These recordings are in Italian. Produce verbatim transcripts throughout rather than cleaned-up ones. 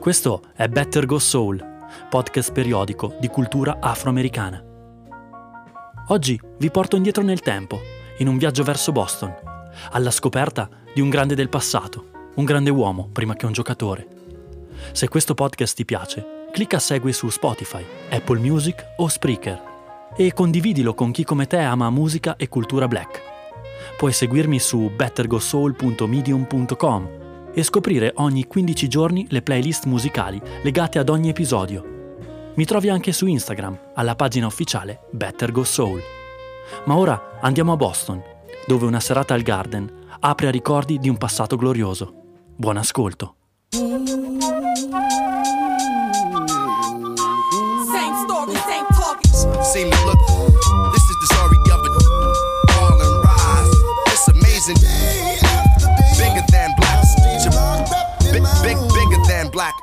Questo è Better Go Soul, podcast periodico di cultura afroamericana. Oggi vi porto indietro nel tempo, in un viaggio verso Boston, alla scoperta di un grande del passato, un grande uomo prima che un giocatore. Se questo podcast ti piace, clicca segui su Spotify, Apple Music o Spreaker e condividilo con chi come te ama musica e cultura black. Puoi seguirmi su better go soul punto medium punto com e scoprire ogni quindici giorni le playlist musicali legate ad ogni episodio. Mi trovi anche su Instagram, alla pagina ufficiale Better Go Soul. Ma ora andiamo a Boston, dove una serata al Garden apre a ricordi di un passato glorioso. Buon ascolto. See me look, this is the story of it. Fall and rise, it's amazing. Bigger than black, big, big, bigger than black.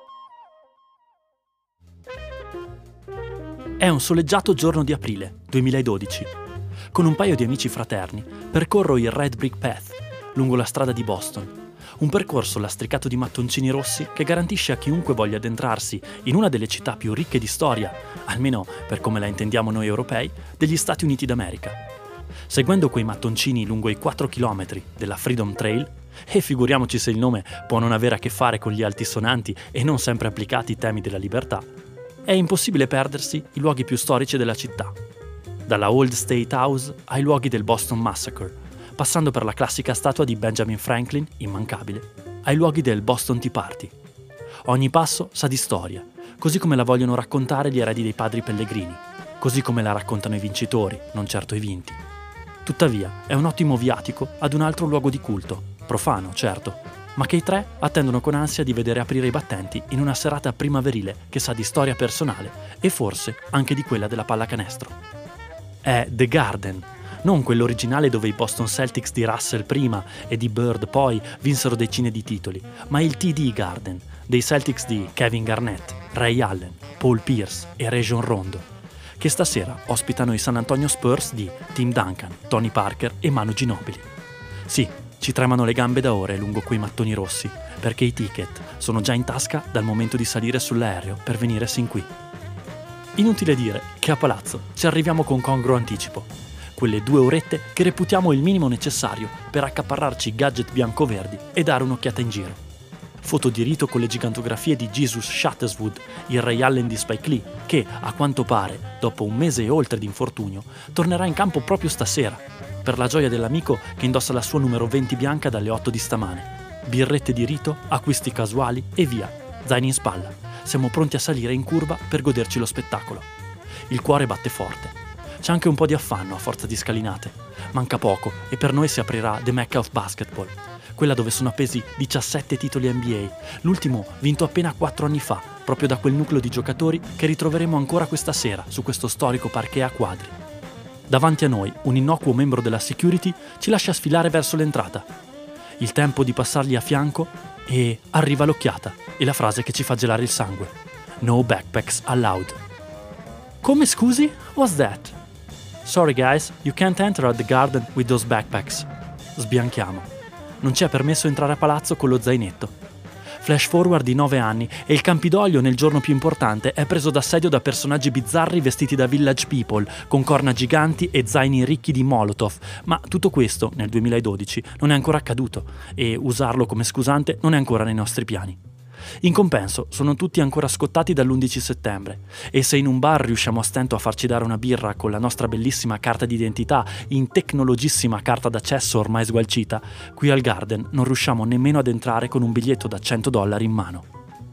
È un soleggiato giorno di aprile duemiladodici. Con un paio di amici fraterni percorro il Red Brick Path lungo la strada di Boston. Un percorso lastricato di mattoncini rossi che garantisce a chiunque voglia addentrarsi in una delle città più ricche di storia, almeno per come la intendiamo noi europei, degli Stati Uniti d'America. Seguendo quei mattoncini lungo i quattro chilometri della Freedom Trail, e figuriamoci se il nome può non avere a che fare con gli altisonanti e non sempre applicati temi della libertà, è impossibile perdersi i luoghi più storici della città. Dalla Old State House ai luoghi del Boston Massacre, passando per la classica statua di Benjamin Franklin, immancabile, ai luoghi del Boston Tea Party. Ogni passo sa di storia, così come la vogliono raccontare gli eredi dei padri pellegrini, così come la raccontano i vincitori, non certo i vinti. Tuttavia, è un ottimo viatico ad un altro luogo di culto, profano, certo, ma che i tre attendono con ansia di vedere aprire i battenti in una serata primaverile che sa di storia personale e forse anche di quella della pallacanestro. È The Garden, non quello originale dove i Boston Celtics di Russell prima e di Bird poi vinsero decine di titoli, ma il T D Garden, dei Celtics di Kevin Garnett, Ray Allen, Paul Pierce e Rajon Rondo, che stasera ospitano i San Antonio Spurs di Tim Duncan, Tony Parker e Manu Ginobili. Sì, ci tremano le gambe da ore lungo quei mattoni rossi, perché i ticket sono già in tasca dal momento di salire sull'aereo per venire sin qui. Inutile dire che a Palazzo ci arriviamo con congruo anticipo. Quelle due orette che reputiamo il minimo necessario per accaparrarci i gadget bianco-verdi e dare un'occhiata in giro. Foto di rito con le gigantografie di Jesus Chatterwood, il Ray Allen di Spike Lee, che, a quanto pare, dopo un mese e oltre di infortunio, tornerà in campo proprio stasera, per la gioia dell'amico che indossa la sua numero venti bianca dalle otto di stamane. Birrette di rito, acquisti casuali e via, zaini in spalla. Siamo pronti a salire in curva per goderci lo spettacolo. Il cuore batte forte. C'è anche un po' di affanno a forza di scalinate. Manca poco e per noi si aprirà The Mecca of Basketball, quella dove sono appesi diciassette titoli N B A, l'ultimo vinto appena quattro anni fa, proprio da quel nucleo di giocatori che ritroveremo ancora questa sera su questo storico parquet a quadri. Davanti a noi, un innocuo membro della security ci lascia sfilare verso l'entrata. Il tempo di passargli a fianco e arriva l'occhiata e la frase che ci fa gelare il sangue. No backpacks allowed. Come scusi? What's that? Sorry guys, you can't enter at the garden with those backpacks. Sbianchiamo. Non ci è permesso entrare a palazzo con lo zainetto. Flash forward di nove anni e il Campidoglio nel giorno più importante è preso d'assedio da personaggi bizzarri vestiti da village people, con corna giganti e zaini ricchi di Molotov, ma tutto questo, nel duemiladodici, non è ancora accaduto e usarlo come scusante non è ancora nei nostri piani. In compenso, sono tutti ancora scottati dall'undici settembre e se in un bar riusciamo a stento a farci dare una birra con la nostra bellissima carta d'identità in tecnologissima carta d'accesso ormai sgualcita, qui al Garden non riusciamo nemmeno ad entrare con un biglietto da cento dollari in mano.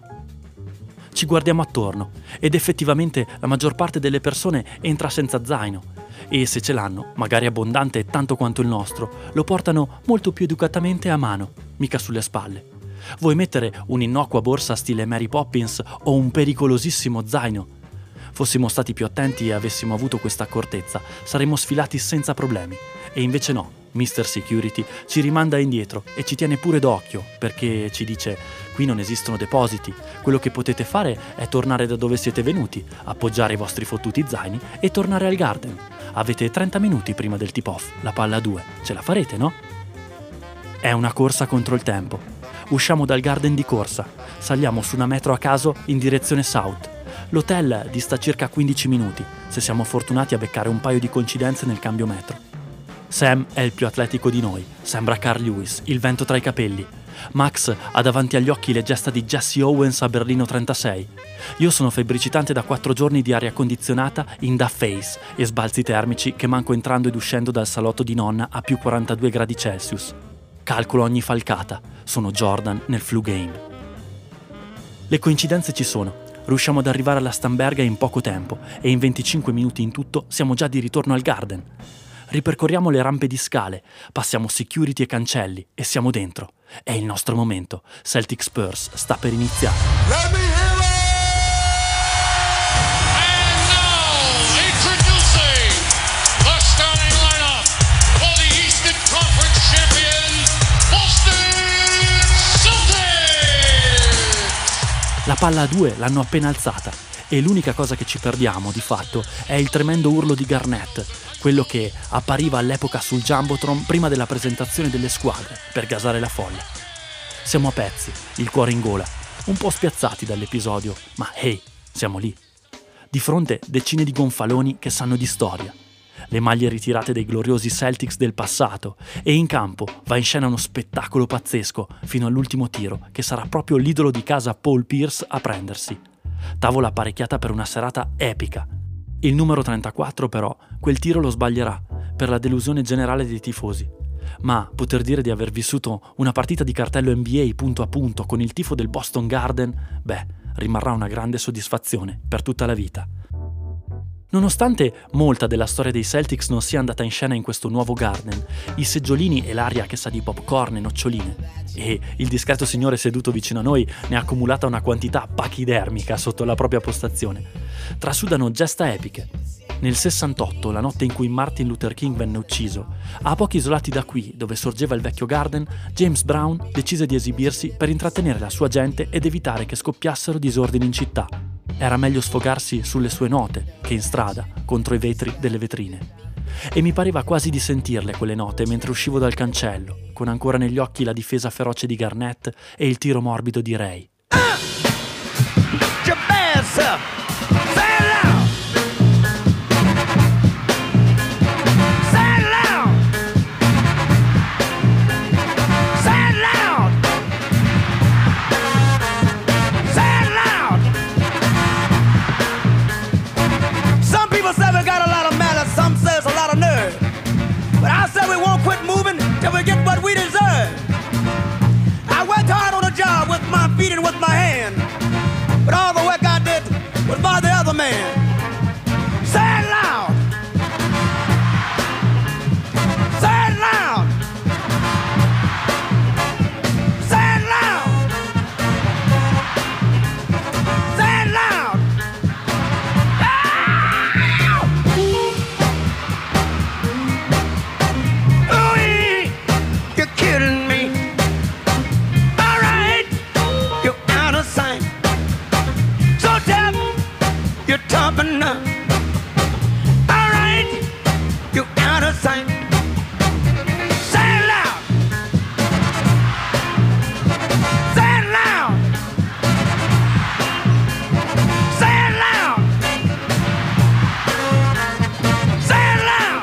Ci guardiamo attorno ed effettivamente la maggior parte delle persone entra senza zaino e se ce l'hanno, magari abbondante e tanto quanto il nostro, lo portano molto più educatamente a mano, mica sulle spalle. Vuoi mettere un'innocua borsa stile Mary Poppins o un pericolosissimo zaino? Fossimo stati più attenti e avessimo avuto questa accortezza, saremmo sfilati senza problemi. E invece no, mister Security ci rimanda indietro e ci tiene pure d'occhio, perché ci dice: qui non esistono depositi, quello che potete fare è tornare da dove siete venuti, appoggiare i vostri fottuti zaini e tornare al Garden. Avete trenta minuti prima del tip-off, la palla a due, ce la farete, no? È una corsa contro il tempo. Usciamo dal Garden di corsa, Saliamo su una metro a caso in direzione South. L'hotel dista circa quindici minuti, se siamo fortunati a beccare un paio di coincidenze nel cambio metro. Sam è il più atletico di noi, sembra Carl Lewis, il vento tra i capelli. Max ha davanti agli occhi le gesta di Jesse Owens a Berlino trentasei. Io sono febbricitante da quattro giorni di aria condizionata in da face e sbalzi termici che manco entrando ed uscendo dal salotto di nonna a più quarantadue gradi Celsius. Calcolo ogni falcata, sono Jordan nel flu game. Le coincidenze ci sono. Riusciamo ad arrivare alla Stamberga in poco tempo e in venticinque minuti in tutto siamo già di ritorno al Garden. Ripercorriamo le rampe di scale, passiamo security e cancelli e siamo dentro. È il nostro momento. Celtic Spurs sta per iniziare. Let me hear it! And now, introducing the starting lineup for the Eastern Conference champion, Boston Celtics! La palla a due l'hanno appena alzata e l'unica cosa che ci perdiamo, di fatto, è il tremendo urlo di Garnett, quello che appariva all'epoca sul Jumbotron prima della presentazione delle squadre per gasare la folla. Siamo a pezzi, il cuore in gola, un po' spiazzati dall'episodio, ma hey, siamo lì. Di fronte decine di gonfaloni che sanno di storia, le maglie ritirate dei gloriosi Celtics del passato, e in campo va in scena uno spettacolo pazzesco fino all'ultimo tiro che sarà proprio l'idolo di casa Paul Pierce a prendersi. Tavola apparecchiata per una serata epica. Il numero trentaquattro però quel tiro lo sbaglierà per la delusione generale dei tifosi. Ma poter dire di aver vissuto una partita di cartello N B A punto a punto con il tifo del Boston Garden, beh, rimarrà una grande soddisfazione per tutta la vita. Nonostante molta della storia dei Celtics non sia andata in scena in questo nuovo Garden, i seggiolini e l'aria che sa di popcorn e noccioline, e il discreto signore seduto vicino a noi ne ha accumulata una quantità pachidermica sotto la propria postazione, trasudano gesta epiche. Nel sessantotto, la notte in cui Martin Luther King venne ucciso, a pochi isolati da qui, dove sorgeva il vecchio Garden, James Brown decise di esibirsi per intrattenere la sua gente ed evitare che scoppiassero disordini in città. Era meglio sfogarsi sulle sue note che in strada, contro i vetri delle vetrine. E mi pareva quasi di sentirle quelle note mentre uscivo dal cancello, con ancora negli occhi la difesa feroce di Garnett e il tiro morbido di Ray. With my hand, but all the work I did was by the other man. Say it loud. Say it loud. Say it loud. Say it loud. Ooh, you're kidding me. You're topping up. All right, you out of sight. Say it loud. Say it loud. Say it loud. Say it loud.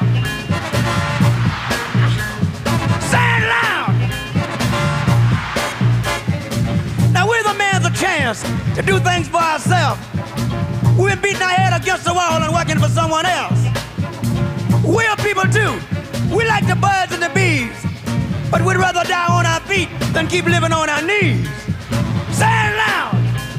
Say it loud. Now we're the man's a chance to do things for ourselves. We've been beating our head against the wall and working for someone else. We're people too. We like the birds and the bees, but we'd rather die on our feet than keep living on our knees. Say it loud.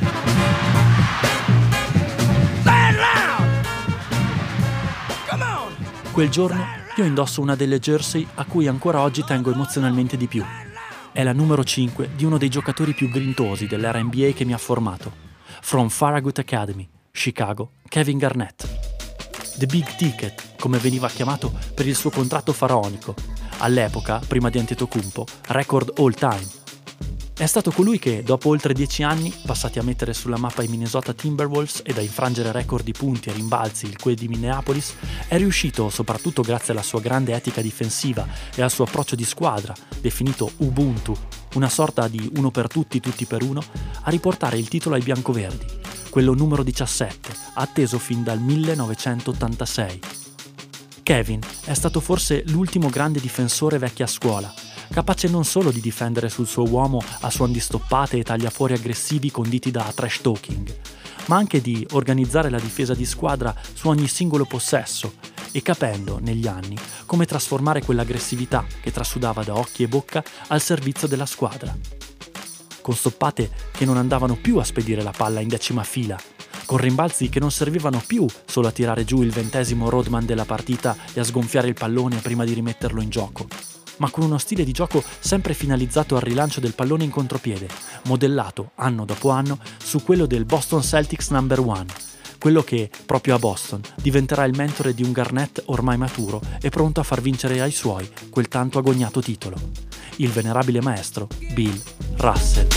Say it loud. Come on. Quel giorno io indosso una delle jersey a cui ancora oggi tengo emozionalmente di più. È la numero cinque di uno dei giocatori più grintosi dell'era N B A che mi ha formato. From Farragut Academy, Chicago, Kevin Garnett. The Big Ticket, come veniva chiamato per il suo contratto faraonico, all'epoca, prima di Antetokounmpo, record all time. È stato colui che, dopo oltre dieci anni, passati a mettere sulla mappa i Minnesota Timberwolves ed a infrangere record di punti e rimbalzi il quel di Minneapolis, è riuscito, soprattutto grazie alla sua grande etica difensiva e al suo approccio di squadra, definito Ubuntu, una sorta di uno per tutti, tutti per uno, a riportare il titolo ai biancoverdi, quello numero diciassette, atteso fin dal millenovecentottantasei. Kevin è stato forse l'ultimo grande difensore vecchia scuola, capace non solo di difendere sul suo uomo a suon di stoppate e tagliafuori aggressivi conditi da trash talking, ma anche di organizzare la difesa di squadra su ogni singolo possesso e capendo, negli anni, come trasformare quell'aggressività che trasudava da occhi e bocca al servizio della squadra. Con stoppate che non andavano più a spedire la palla in decima fila, con rimbalzi che non servivano più solo a tirare giù il ventesimo roadman della partita e a sgonfiare il pallone prima di rimetterlo in gioco, ma con uno stile di gioco sempre finalizzato al rilancio del pallone in contropiede, modellato anno dopo anno su quello del Boston Celtics number one, quello che, proprio a Boston, diventerà il mentore di un Garnett ormai maturo e pronto a far vincere ai suoi quel tanto agognato titolo, il venerabile maestro Bill Russell.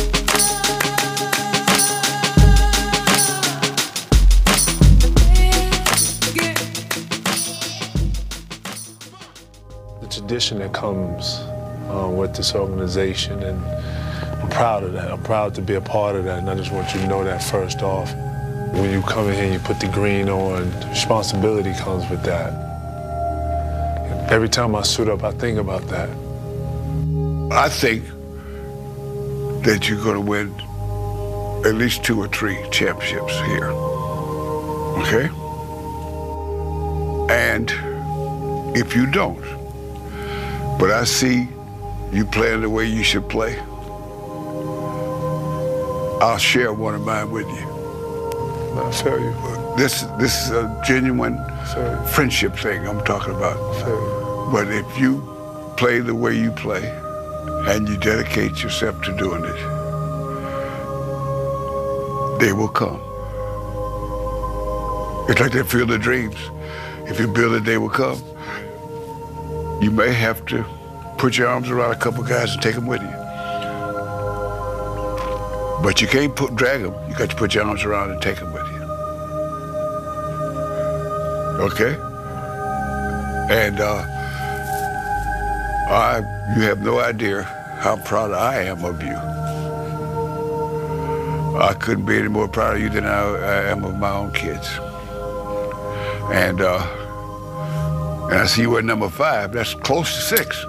Tradition that comes uh, with this organization, and I'm proud of that. I'm proud to be a part of that, and I just want you to know that first off. When you come in here and you put the green on, responsibility comes with that. And every time I suit up, I think about that. I think that you're going to win at least two or three championships here, okay? And if you don't, but I see you playing the way you should play, I'll share one of mine with you. I feel you. This, this is a genuine friendship thing I'm talking about. But if you play the way you play and you dedicate yourself to doing it, they will come. It's like that Field of Dreams. If you build it, they will come. You may have to put your arms around a couple guys and take them with you. But you can't put, drag them. You got to put your arms around and take them with you. Okay? And uh, I, you have no idea how proud I am of you. I couldn't be any more proud of you than I, I am of my own kids. And uh, And I see you at number five. That's close to six.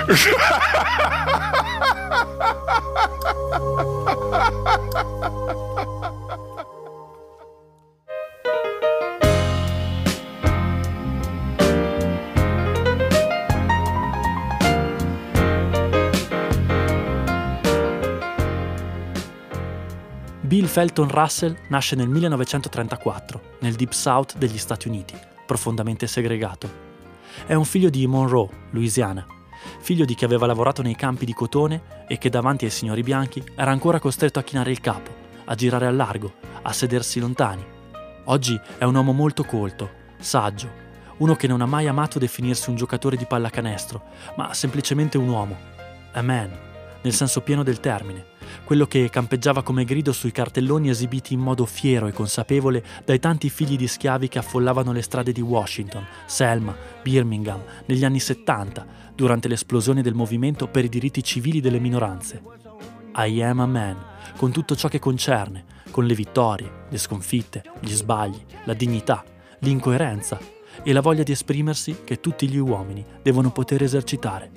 Bill Felton Russell nasce nel millenovecentotrentaquattro, nel Deep South degli Stati Uniti, profondamente segregato. È un figlio di Monroe, Louisiana, figlio di chi aveva lavorato nei campi di cotone e che davanti ai signori bianchi era ancora costretto a chinare il capo, a girare al largo, a sedersi lontani. Oggi è un uomo molto colto, saggio, uno che non ha mai amato definirsi un giocatore di pallacanestro, ma semplicemente un uomo, a man, nel senso pieno del termine, quello che campeggiava come grido sui cartelloni esibiti in modo fiero e consapevole dai tanti figli di schiavi che affollavano le strade di Washington, Selma, Birmingham negli anni settanta, durante l'esplosione del movimento per i diritti civili delle minoranze. I am a man, con tutto ciò che concerne, con le vittorie, le sconfitte, gli sbagli, la dignità, l'incoerenza e la voglia di esprimersi che tutti gli uomini devono poter esercitare.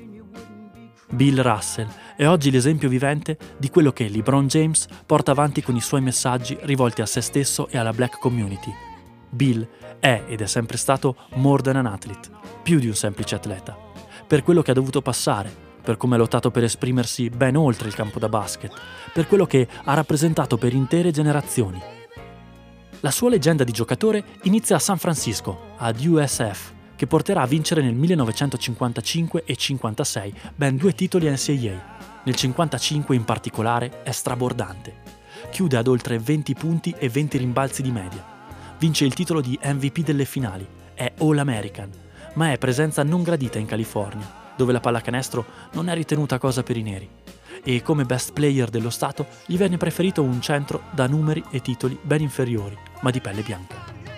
Bill Russell è oggi l'esempio vivente di quello che LeBron James porta avanti con i suoi messaggi rivolti a se stesso e alla black community. Bill è ed è sempre stato more than an athlete, più di un semplice atleta, per quello che ha dovuto passare, per come ha lottato per esprimersi ben oltre il campo da basket, per quello che ha rappresentato per intere generazioni. La sua leggenda di giocatore inizia a San Francisco, ad U S F, che porterà a vincere nel millenovecentocinquantacinque e cinquantasei ben due titoli N C A A. Nel cinquantacinque in particolare è strabordante. Chiude ad oltre venti punti e venti rimbalzi di media. Vince il titolo di M V P delle finali, è All-American, ma è presenza non gradita in California, dove la pallacanestro non è ritenuta cosa per i neri. e come best player dello Stato gli venne preferito un centro da numeri e titoli ben inferiori, ma di pelle bianca.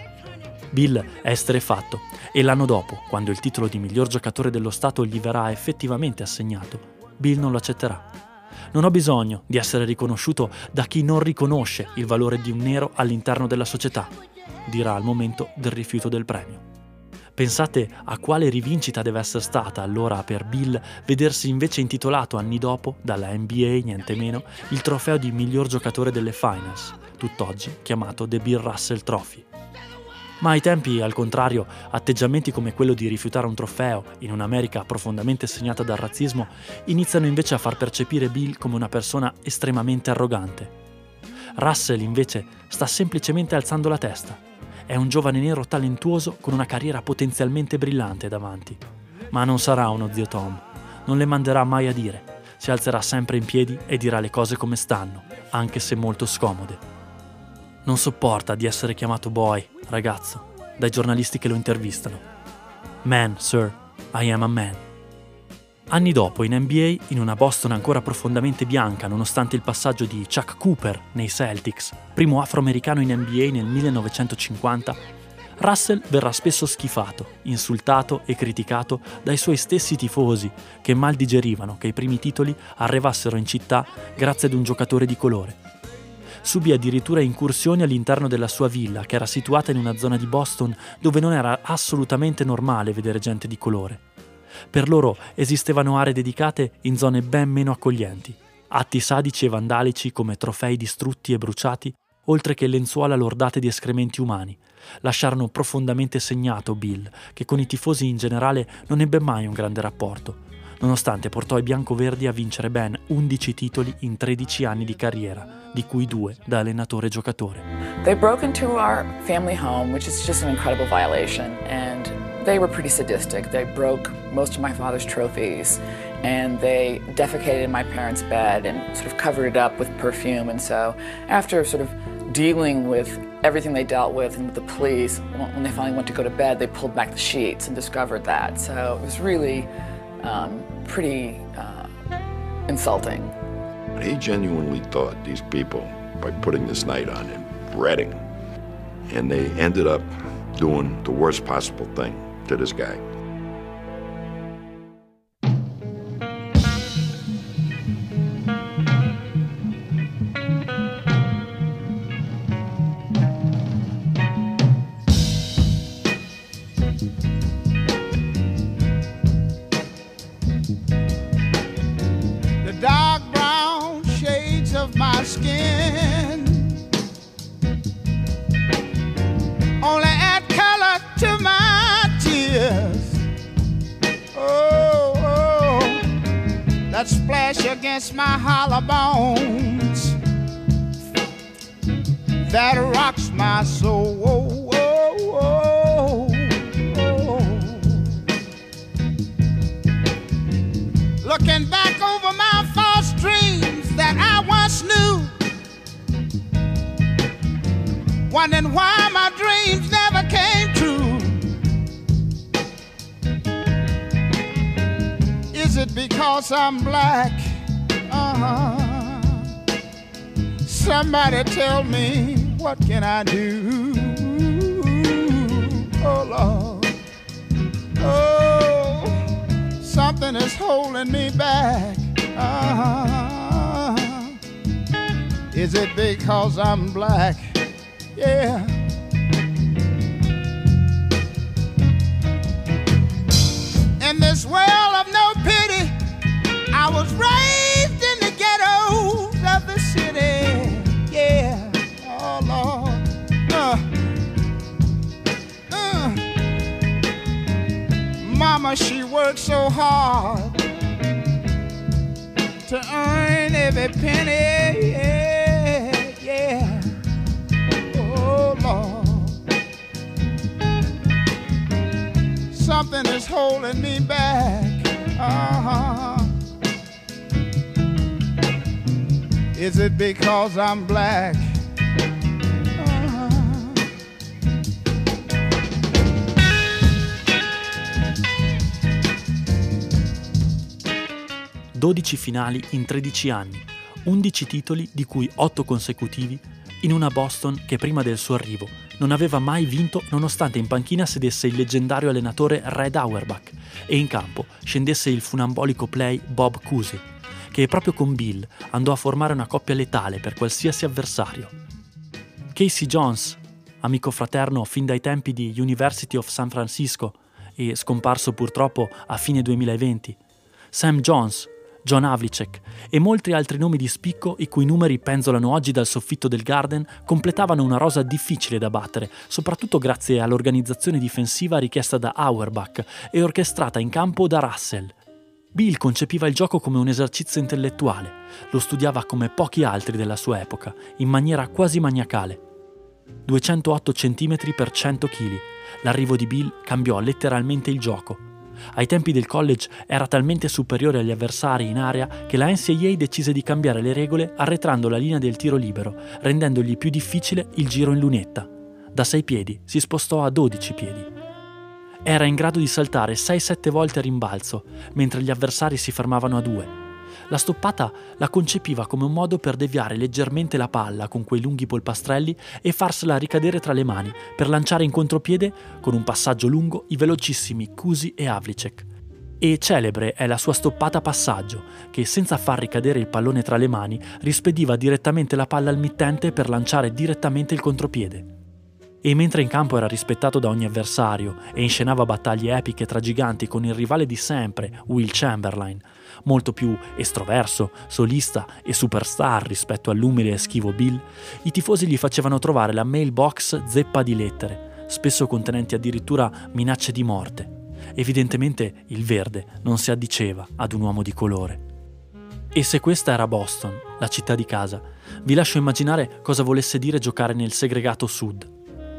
Bill è esterrefatto e l'anno dopo, quando il titolo di miglior giocatore dello Stato gli verrà effettivamente assegnato, Bill non lo accetterà. Non ho bisogno di essere riconosciuto da chi non riconosce il valore di un nero all'interno della società, dirà al momento del rifiuto del premio. Pensate a quale rivincita deve essere stata allora per Bill vedersi invece intitolato anni dopo dalla N B A, niente meno, il trofeo di miglior giocatore delle Finals, tutt'oggi chiamato The Bill Russell Trophy. Ma ai tempi, al contrario, atteggiamenti come quello di rifiutare un trofeo in un'America profondamente segnata dal razzismo iniziano invece a far percepire Bill come una persona estremamente arrogante. Russell invece sta semplicemente alzando la testa. È un giovane nero talentuoso con una carriera potenzialmente brillante davanti. Ma non sarà uno zio Tom. Non le manderà mai a dire. Si alzerà sempre in piedi e dirà le cose come stanno, anche se molto scomode. Non sopporta di essere chiamato boy, ragazzo, dai giornalisti che lo intervistano. Man, sir, I am a man. Anni dopo, in N B A, in una Boston ancora profondamente bianca, nonostante il passaggio di Chuck Cooper nei Celtics, primo afroamericano in N B A nel millenovecentocinquanta, Russell verrà spesso schifato, insultato e criticato dai suoi stessi tifosi che mal digerivano che i primi titoli arrivassero in città grazie ad un giocatore di colore. Subì addirittura incursioni all'interno della sua villa, che era situata in una zona di Boston dove non era assolutamente normale vedere gente di colore. Per loro esistevano aree dedicate in zone ben meno accoglienti, atti sadici e vandalici come trofei distrutti e bruciati, oltre che lenzuola lordate di escrementi umani, lasciarono profondamente segnato Bill, che con i tifosi in generale non ebbe mai un grande rapporto, nonostante portò i biancoverdi a vincere ben undici titoli in tredici anni di carriera, di cui due da allenatore giocatore. They broke into our family home, which is just an incredible violation, and they were pretty sadistic. They broke most of my father's trophies, and they defecated in my parents' bed and sort of covered it up with perfume. And so after sort of dealing with everything they dealt with and with the police, when they finally went to go to bed, they pulled back the sheets and discovered that. So it was really um, pretty uh, insulting. He genuinely thought these people, by putting this night on him, breading, and they ended up doing the worst possible thing to this guy. The dark brown shades of my skin only add color to my tears. Oh, oh, that splash against my hollow bones that rocks my soul. Oh, oh, oh, oh. Looking back over my false dreams that I once knew, wondering why my dreams never came true. Is it because I'm black? Uh-huh. Somebody tell me, what can I do? Oh, Lord. Oh, something is holding me back. Uh-huh. Is it because I'm black? Yeah. In this world of no pity, I was raised in the ghettos of the city. Yeah, oh Lord. Uh, uh. Mama, she worked so hard to earn every penny. Yeah, yeah. Oh Lord, something is holding me back. Uh-huh. Is it because I'm black? Uh-huh. dodici finali in tredici anni, undici titoli di cui otto consecutivi in una Boston che prima del suo arrivo non aveva mai vinto nonostante in panchina sedesse il leggendario allenatore Red Auerbach e in campo scendesse il funambolico play Bob Cousy, che proprio con Bill andò a formare una coppia letale per qualsiasi avversario. Casey Jones, amico fraterno fin dai tempi di University of San Francisco e scomparso purtroppo a fine duemilaventi, Sam Jones, John Havlicek e molti altri nomi di spicco i cui numeri penzolano oggi dal soffitto del Garden completavano una rosa difficile da battere, soprattutto grazie all'organizzazione difensiva richiesta da Auerbach e orchestrata in campo da Russell. Bill concepiva il gioco come un esercizio intellettuale, lo studiava come pochi altri della sua epoca, in maniera quasi maniacale. duecentootto centimetri per cento chili, l'arrivo di Bill cambiò letteralmente il gioco. Ai tempi del college era talmente superiore agli avversari in area che la N C A A decise di cambiare le regole arretrando la linea del tiro libero, rendendogli più difficile il giro in lunetta. Da sei piedi si spostò a dodici piedi. Era in grado di saltare sei sette volte a rimbalzo, mentre gli avversari si fermavano a due. La stoppata la concepiva come un modo per deviare leggermente la palla con quei lunghi polpastrelli e farsela ricadere tra le mani per lanciare in contropiede, con un passaggio lungo, i velocissimi Cousy e Havlicek. E celebre è la sua stoppata passaggio, che senza far ricadere il pallone tra le mani rispediva direttamente la palla al mittente per lanciare direttamente il contropiede. E mentre in campo era rispettato da ogni avversario e inscenava battaglie epiche tra giganti con il rivale di sempre, Will Chamberlain, molto più estroverso, solista e superstar rispetto all'umile e schivo Bill, i tifosi gli facevano trovare la mailbox zeppa di lettere, spesso contenenti addirittura minacce di morte. Evidentemente il verde non si addiceva ad un uomo di colore. E se questa era Boston, la città di casa, vi lascio immaginare cosa volesse dire giocare nel segregato sud.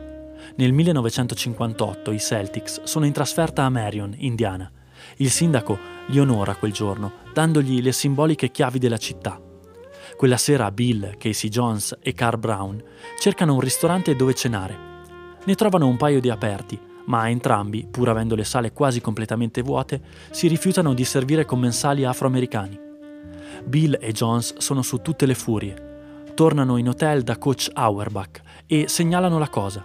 Nel millenovecentocinquantotto i Celtics sono in trasferta a Marion, Indiana. Il sindaco li onora quel giorno, dandogli le simboliche chiavi della città. Quella sera Bill, Casey Jones e Carl Brown cercano un ristorante dove cenare. Ne trovano un paio di aperti, ma entrambi, pur avendo le sale quasi completamente vuote, si rifiutano di servire commensali afroamericani. Bill e Jones sono su tutte le furie. Tornano in hotel da coach Auerbach e segnalano la cosa.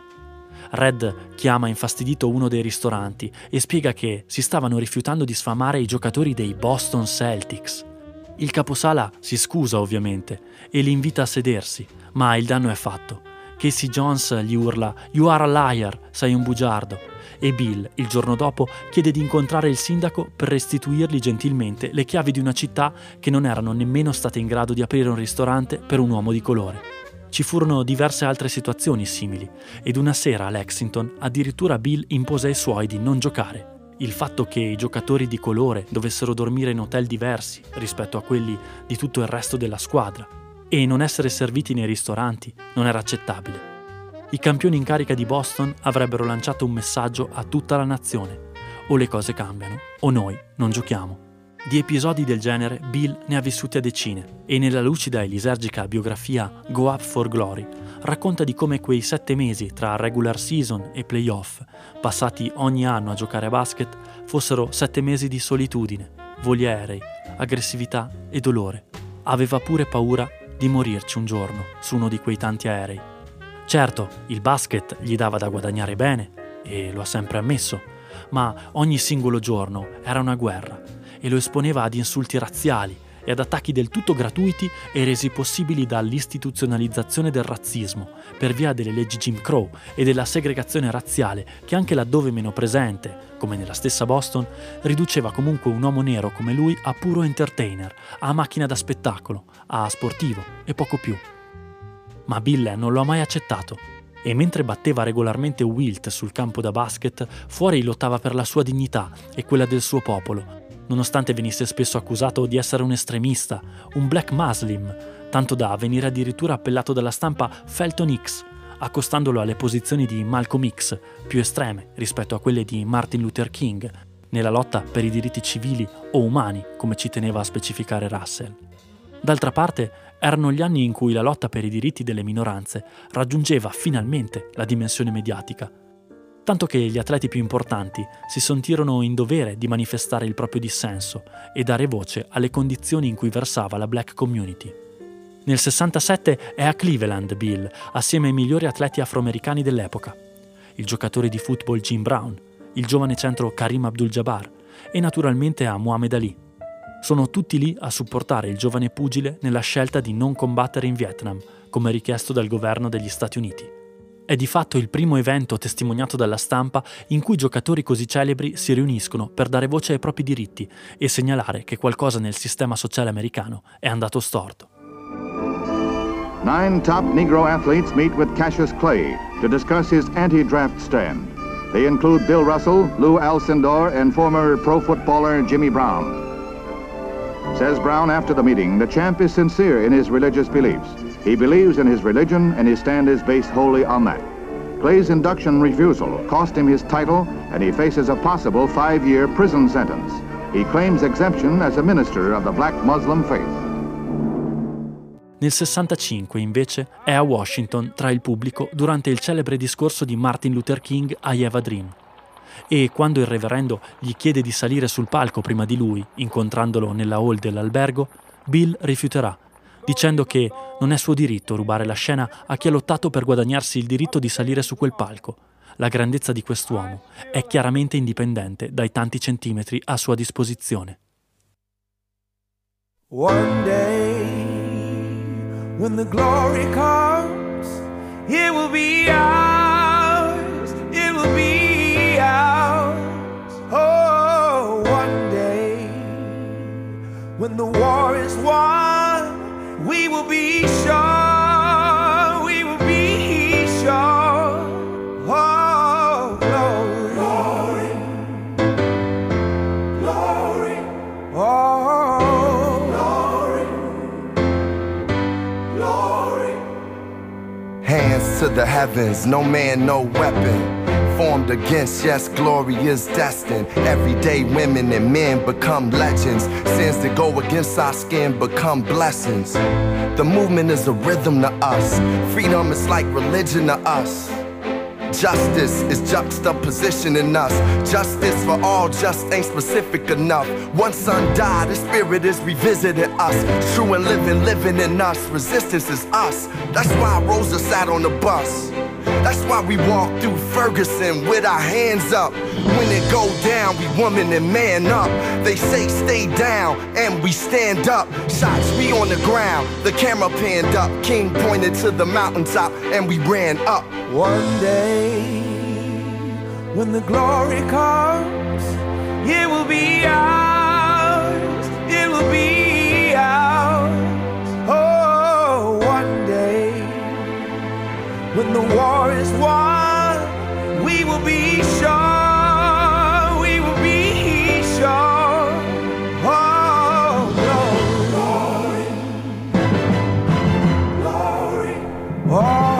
Red chiama infastidito uno dei ristoranti e spiega che si stavano rifiutando di sfamare i giocatori dei Boston Celtics. Il caposala si scusa ovviamente e li invita a sedersi, ma il danno è fatto. Casey Jones gli urla "You are a liar, sei un bugiardo", e Bill, il giorno dopo, chiede di incontrare il sindaco per restituirgli gentilmente le chiavi di una città che non erano nemmeno state in grado di aprire un ristorante per un uomo di colore. Ci furono diverse altre situazioni simili, ed una sera a Lexington addirittura Bill impose ai suoi di non giocare. Il fatto che i giocatori di colore dovessero dormire in hotel diversi rispetto a quelli di tutto il resto della squadra e non essere serviti nei ristoranti non era accettabile. I campioni in carica di Boston avrebbero lanciato un messaggio a tutta la nazione: o le cose cambiano o noi non giochiamo. Di episodi del genere Bill ne ha vissuti a decine e nella lucida e lisergica biografia Go Up for Glory racconta di come quei sette mesi tra regular season e playoff, passati ogni anno a giocare a basket, fossero sette mesi di solitudine, voli aerei, aggressività e dolore. Aveva pure paura di morirci un giorno su uno di quei tanti aerei. Certo, il basket gli dava da guadagnare bene e lo ha sempre ammesso, ma ogni singolo giorno era una guerra e lo esponeva ad insulti razziali e ad attacchi del tutto gratuiti e resi possibili dall'istituzionalizzazione del razzismo per via delle leggi Jim Crow e della segregazione razziale che anche laddove meno presente, come nella stessa Boston, riduceva comunque un uomo nero come lui a puro entertainer, a macchina da spettacolo, a sportivo e poco più. Ma Bill non lo ha mai accettato e mentre batteva regolarmente Wilt sul campo da basket, fuori lottava per la sua dignità e quella del suo popolo, nonostante venisse spesso accusato di essere un estremista, un black muslim, tanto da venire addirittura appellato dalla stampa Felton X, accostandolo alle posizioni di Malcolm X, più estreme rispetto a quelle di Martin Luther King, nella lotta per i diritti civili o umani, come ci teneva a specificare Russell. D'altra parte, erano gli anni in cui la lotta per i diritti delle minoranze raggiungeva finalmente la dimensione mediatica. tanto che gli atleti più importanti si sentirono in dovere di manifestare il proprio dissenso e dare voce alle condizioni in cui versava la black community. Nel sessantasette è a Cleveland Bill, assieme ai migliori atleti afroamericani dell'epoca, il giocatore di football Jim Brown, il giovane centro Kareem Abdul-Jabbar e naturalmente a Muhammad Ali. Sono tutti lì a supportare il giovane pugile nella scelta di non combattere in Vietnam, come richiesto dal governo degli Stati Uniti. È di fatto il primo evento testimoniato dalla stampa in cui giocatori così celebri si riuniscono per dare voce ai propri diritti e segnalare che qualcosa nel sistema sociale americano è andato storto. Nine top Negro athletes meet with Cassius Clay to discuss his anti-draft stand. They include Bill Russell, Lou Alcindor, and former pro footballer Jimmy Brown. Says Brown after the meeting, the champ is sincere in his religious beliefs. He believes in his religion and his stand is based wholly on that. Clay's induction refusal cost him his title and he faces a possible five-year prison sentence. He claims exemption as a minister of the black Muslim faith. Nel sessantacinque, invece, è a Washington tra il pubblico durante il celebre discorso di Martin Luther King I Have a Dream. E quando il reverendo gli chiede di salire sul palco prima di lui, incontrandolo nella hall dell'albergo, Bill rifiuterà, dicendo che non è suo diritto rubare la scena a chi ha lottato per guadagnarsi il diritto di salire su quel palco. La grandezza di quest'uomo è chiaramente indipendente dai tanti centimetri a sua disposizione. One day, when the glory comes, it will be ours, it will be ours. Oh, one day, when the war is won, we will be sure, we will be sure. Oh, glory, glory, glory. Oh, glory, glory. Hands to the heavens, no man, no weapon formed against, yes, glory is destined. Everyday women and men become legends. Sins that go against our skin become blessings. The movement is a rhythm to us. Freedom is like religion to us. Justice is juxtaposition in us. Justice for all just ain't specific enough. One son died, the spirit is revisiting us. True and living, living in us. Resistance is us. That's why Rosa sat on the bus. That's why we walk through Ferguson with our hands up. When it go down, we woman and man up. They say stay down, and we stand up. Shots we on the ground, the camera panned up. King pointed to the mountaintop, and we ran up. One day, when the glory comes, it will be ours, it will be ours. Oh, one day, when the war is won, we will be sure, we will be sure. Oh, glory, glory, glory. Oh.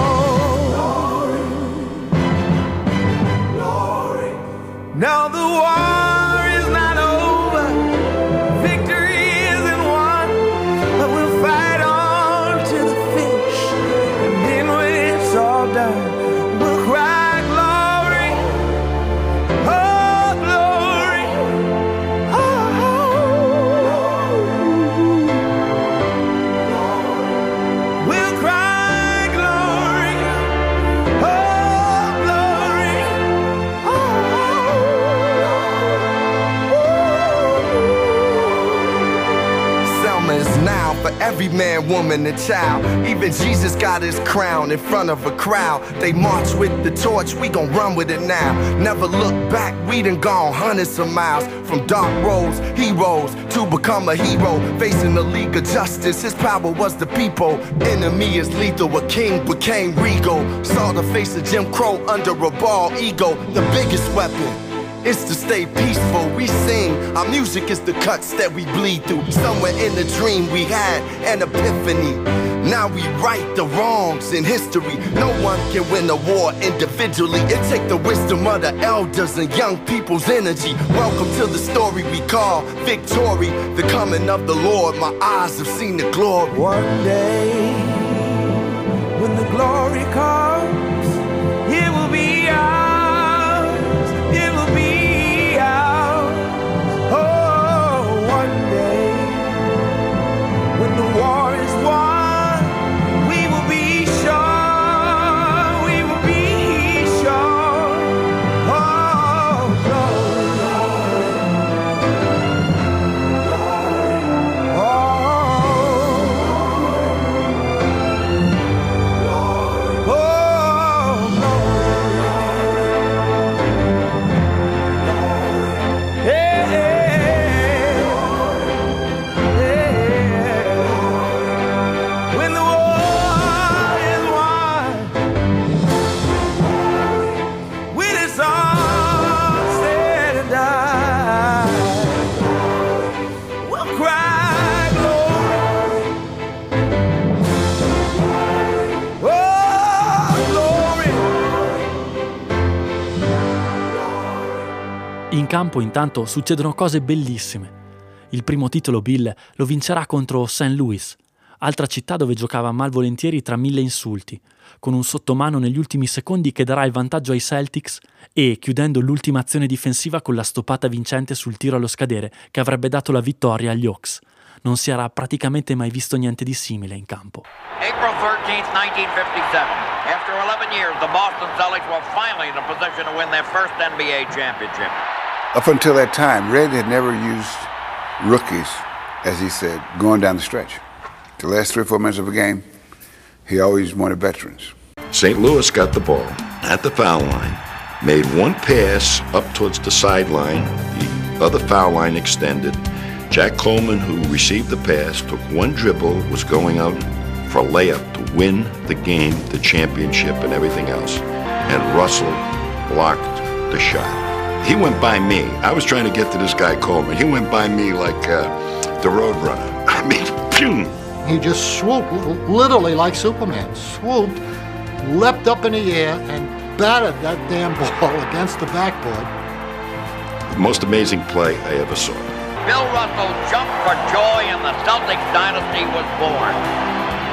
Now the war is not over, victory isn't won, but we'll fight on to the finish, and then when it's all done, we'll cry glory, oh glory, oh, we'll cry glory, oh glory, oh. Is now for every man, woman, and child. Even Jesus got his crown in front of a crowd. They march with the torch, we gon' run with it now. Never look back, we done gone hundreds of miles. From dark roads, heroes, to become a hero. Facing the League of Justice, his power was the people. Enemy is lethal, a king became regal. Saw the face of Jim Crow under a bald ego. The biggest weapon is to stay peaceful. We sing, our music is the cuts that we bleed through. Somewhere in the dream we had an epiphany. Now we right the wrongs in history. No one can win a war individually. It take the wisdom of the elders and young people's energy. Welcome to the story we call victory. The coming of the Lord, my eyes have seen the glory. One day, when the glory comes, it will be ours. campo intanto succedono cose bellissime. Il primo titolo Bill lo vincerà contro Saint Louis, altra città dove giocava malvolentieri tra mille insulti, con un sottomano negli ultimi secondi che darà il vantaggio ai Celtics e chiudendo l'ultima azione difensiva con la stoppata vincente sul tiro allo scadere che avrebbe dato la vittoria agli Hawks. Non si era praticamente mai visto niente di simile in campo. April thirteenth, nineteen fifty-seven. After eleven years, the Boston Celtics were finally in a position to win their first N B A championship. Up until that time, Red had never used rookies, as he said, going down the stretch. The last three or four minutes of a game, he always wanted veterans. Saint Louis got the ball at the foul line, made one pass up towards the sideline, the other foul line extended. Jack Coleman, who received the pass, took one dribble, was going out for a layup to win the game, the championship, and everything else. And Russell blocked the shot. He went by me. I was trying to get to this guy Coleman. He went by me like uh, the Roadrunner. I mean, phew. He just swooped, literally like Superman, swooped, leapt up in the air, and battered that damn ball against the backboard. The most amazing play I ever saw. Bill Russell jumped for joy and the Celtics dynasty was born.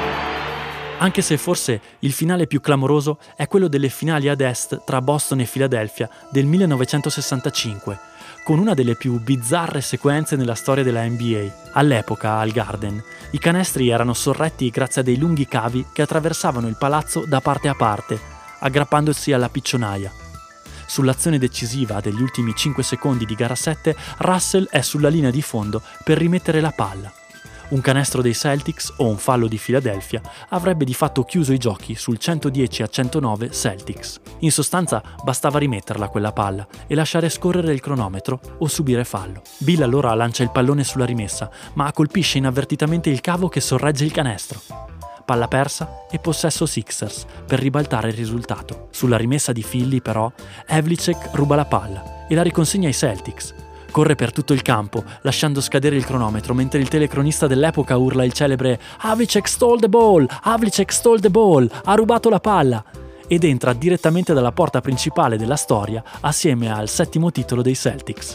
Anche se forse il finale più clamoroso è quello delle finali ad est tra Boston e Philadelphia del millenovecentosessantacinque, con una delle più bizzarre sequenze nella storia della N B A. All'epoca, al Garden, i canestri erano sorretti grazie a dei lunghi cavi che attraversavano il palazzo da parte a parte, aggrappandosi alla piccionaia. Sull'azione decisiva degli ultimi cinque secondi di gara sette, Russell è sulla linea di fondo per rimettere la palla. Un canestro dei Celtics o un fallo di Philadelphia avrebbe di fatto chiuso i giochi sul centodieci a centonove Celtics. In sostanza bastava rimetterla quella palla e lasciare scorrere il cronometro o subire fallo. Bill allora lancia il pallone sulla rimessa, ma colpisce inavvertitamente il cavo che sorregge il canestro. Palla persa e possesso Sixers per ribaltare il risultato. Sulla rimessa di Philly però Havlicek ruba la palla e la riconsegna ai Celtics. Corre per tutto il campo, lasciando scadere il cronometro, mentre il telecronista dell'epoca urla il celebre "Havlicek stole the ball! Havlicek stole the ball! Ha rubato la palla!" ed entra direttamente dalla porta principale della storia assieme al settimo titolo dei Celtics.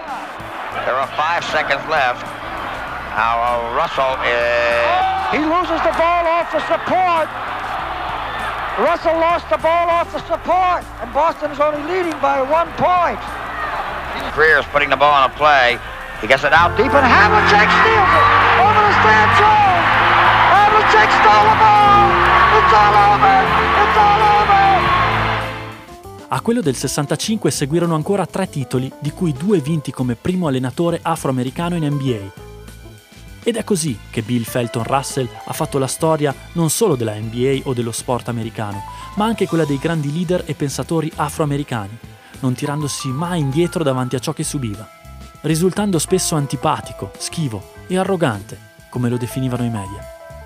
There are five seconds left. Now uh, Russell is... He loses the ball off the support. Russell lost the ball off the support, and Boston is only leading by one point. Greer's putting the ball on a play. He gets it out deep, and Havlicek steals it over to Stan Jones. Havlicek stole the ball. It's all over. It's all over. A quello del sessantacinque seguirono ancora tre titoli, di cui due vinti come primo allenatore afroamericano in N B A. Ed è così che Bill Felton Russell ha fatto la storia non solo della N B A o dello sport americano, ma anche quella dei grandi leader e pensatori afroamericani, non tirandosi mai indietro davanti a ciò che subiva, risultando spesso antipatico, schivo e arrogante, come lo definivano i media.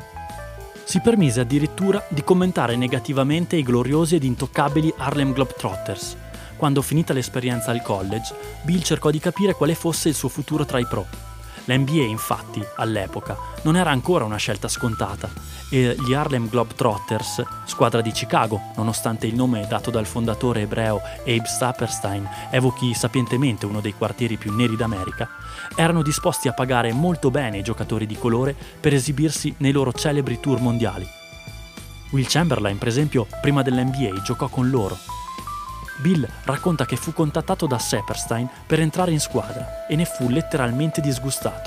Si permise addirittura di commentare negativamente i gloriosi ed intoccabili Harlem Globetrotters. Quando, finita l'esperienza al college, Bill cercò di capire quale fosse il suo futuro tra i pro. L'N B A, infatti, all'epoca, non era ancora una scelta scontata e gli Harlem Globetrotters, squadra di Chicago, nonostante il nome dato dal fondatore ebreo Abe Saperstein evochi sapientemente uno dei quartieri più neri d'America, erano disposti a pagare molto bene i giocatori di colore per esibirsi nei loro celebri tour mondiali. Will Chamberlain, per esempio, prima dell'N B A giocò con loro. Bill racconta che fu contattato da Saperstein per entrare in squadra e ne fu letteralmente disgustato.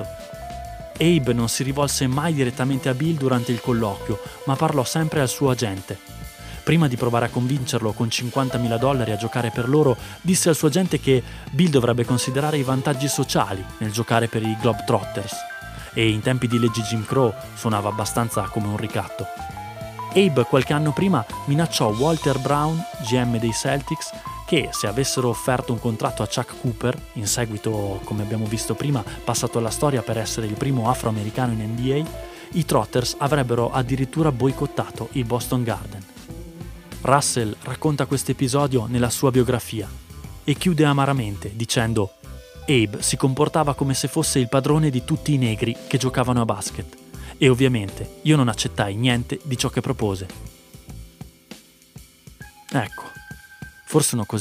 Abe non si rivolse mai direttamente a Bill durante il colloquio, ma parlò sempre al suo agente. Prima di provare a convincerlo con cinquantamila dollari a giocare per loro, disse al suo agente che Bill dovrebbe considerare i vantaggi sociali nel giocare per i Globetrotters, e in tempi di leggi Jim Crow suonava abbastanza come un ricatto. Abe qualche anno prima minacciò Walter Brown, G M dei Celtics, che se avessero offerto un contratto a Chuck Cooper, in seguito, come abbiamo visto prima, passato alla storia per essere il primo afroamericano in N B A, i Trotters avrebbero addirittura boicottato il Boston Garden. Russell racconta questo episodio nella sua biografia e chiude amaramente dicendo: Abe si comportava come se fosse il padrone di tutti i negri che giocavano a basket. E ovviamente io non accettai niente di ciò che propose. Ecco, forse uno così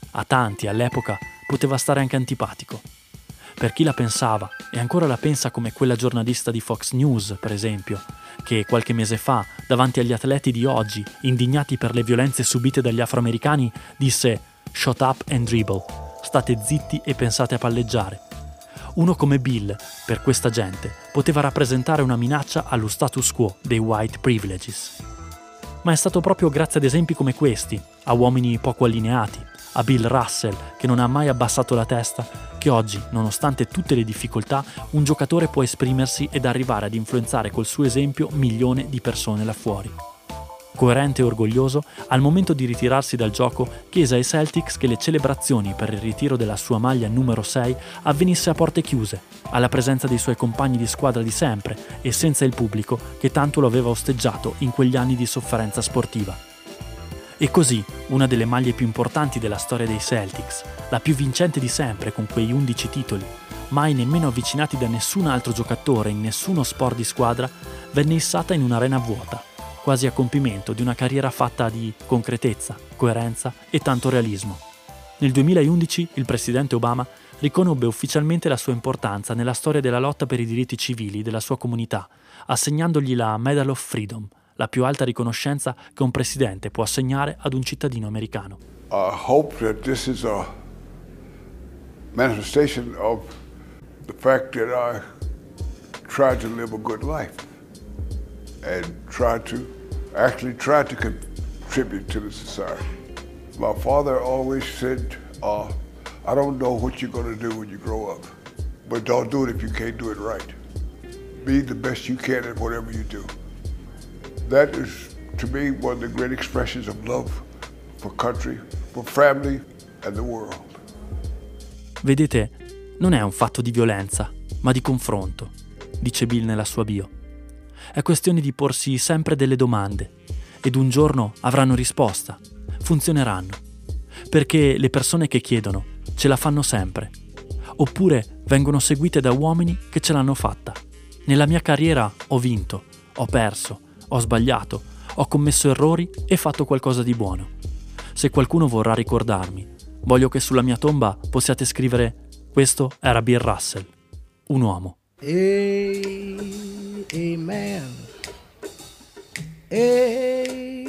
a tanti all'epoca poteva stare anche antipatico. Per chi la pensava e ancora la pensa come quella giornalista di Fox News, per esempio, che qualche mese fa, davanti agli atleti di oggi, indignati per le violenze subite dagli afroamericani, disse «Shut up and dribble», state zitti e pensate a palleggiare. Uno come Bill, per questa gente, poteva rappresentare una minaccia allo status quo dei white privileges. Ma è stato proprio grazie ad esempi come questi, a uomini poco allineati, a Bill Russell, che non ha mai abbassato la testa, che oggi, nonostante tutte le difficoltà, un giocatore può esprimersi ed arrivare ad influenzare col suo esempio milioni di persone là fuori. Coerente e orgoglioso, al momento di ritirarsi dal gioco, chiese ai Celtics che le celebrazioni per il ritiro della sua maglia numero sei avvenisse a porte chiuse, alla presenza dei suoi compagni di squadra di sempre e senza il pubblico che tanto lo aveva osteggiato in quegli anni di sofferenza sportiva. E così, una delle maglie più importanti della storia dei Celtics, la più vincente di sempre con quei undici titoli, mai nemmeno avvicinati da nessun altro giocatore in nessuno sport di squadra, venne issata in un'arena vuota, quasi a compimento di una carriera fatta di concretezza, coerenza e tanto realismo. Nel duemilaundici il presidente Obama riconobbe ufficialmente la sua importanza nella storia della lotta per i diritti civili della sua comunità, assegnandogli la Medal of Freedom, la più alta riconoscenza che un presidente può assegnare ad un cittadino americano. I hope that this is a manifestation of the fact that I tried to live a good life and tried to actually try to contribute to the society. My father always said, uh, I don't know what you're going to do when you grow up, but don't do it if you can't do it right. Be the best you can at whatever you do. That is, to me, one of the great expressions of love for country, for family and the world. Vedete, non è un fatto di violenza, ma di confronto, dice Bill nella sua bio. È questione di porsi sempre delle domande ed un giorno avranno risposta, funzioneranno, perché le persone che chiedono ce la fanno sempre, oppure vengono seguite da uomini che ce l'hanno fatta. Nella mia carriera ho vinto, ho perso, ho sbagliato, ho commesso errori e fatto qualcosa di buono. Se qualcuno vorrà ricordarmi, voglio che sulla mia tomba possiate scrivere: questo era Bill Russell, un uomo. Amen. Amen.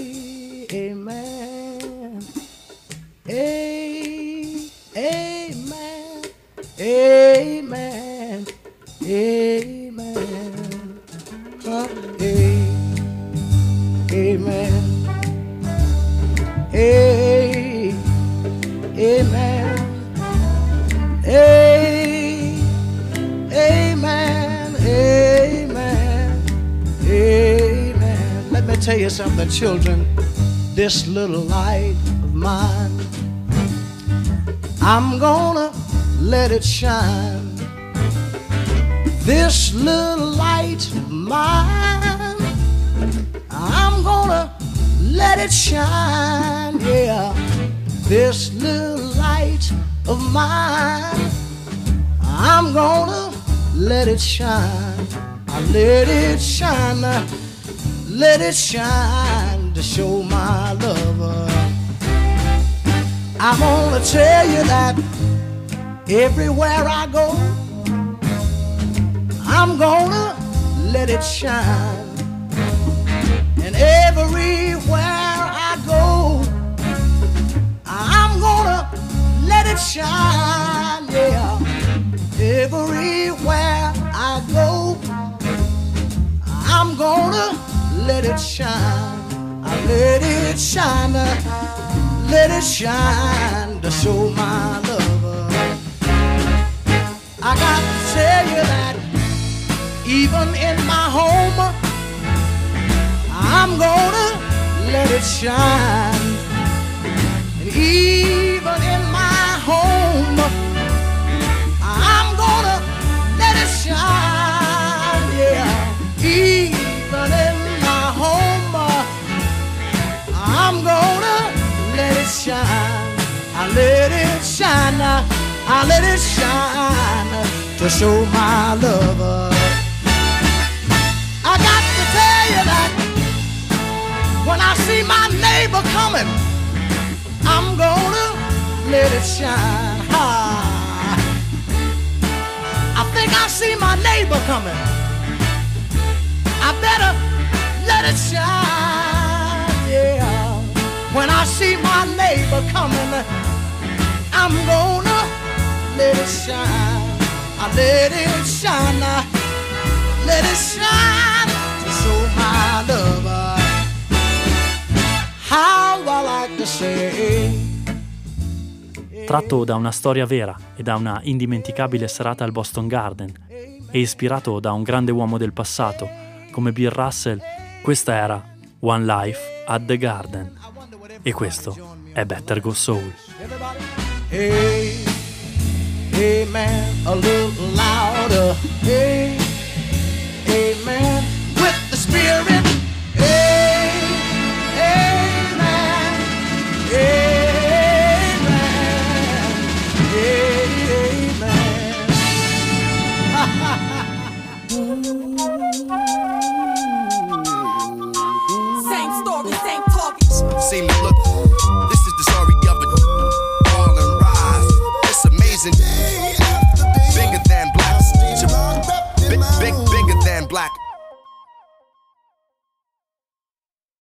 Amen. Amen. Amen. Uh, Amen. Amen. Amen. Amen. Amen. Amen. Let me tell you something, children. This little light of mine, I'm gonna let it shine. This little light of mine, I'm gonna let it shine, yeah. This little light of mine, I'm gonna let it shine. I let it shine, let it shine to show my love. I'm gonna tell you that everywhere I go, I'm gonna let it shine. And everywhere I go, I'm gonna let it shine, yeah. Everywhere I go, I'm gonna let it shine. I let it shine, let it shine to show my love. I got to tell you that even in my home, I'm gonna let it shine. And even in my home, I'm gonna let it shine, yeah. Even in my home, I'm gonna let it shine. I let it shine, I let it shine to show my love. I got to tell you that when I see my neighbor coming, I'm gonna let it shine. Ha. I think I see my neighbor coming. I better let it shine, yeah. When I see my neighbor coming, I'm gonna let it shine. I let it shine now. Let it shine to show my lover how I like to say. Tratto da una storia vera e da una indimenticabile serata al Boston Garden e ispirato da un grande uomo del passato come Bill Russell, questa era One Life at the Garden e questo è Better Go Soul. Hey, hey man, a little louder. Hey.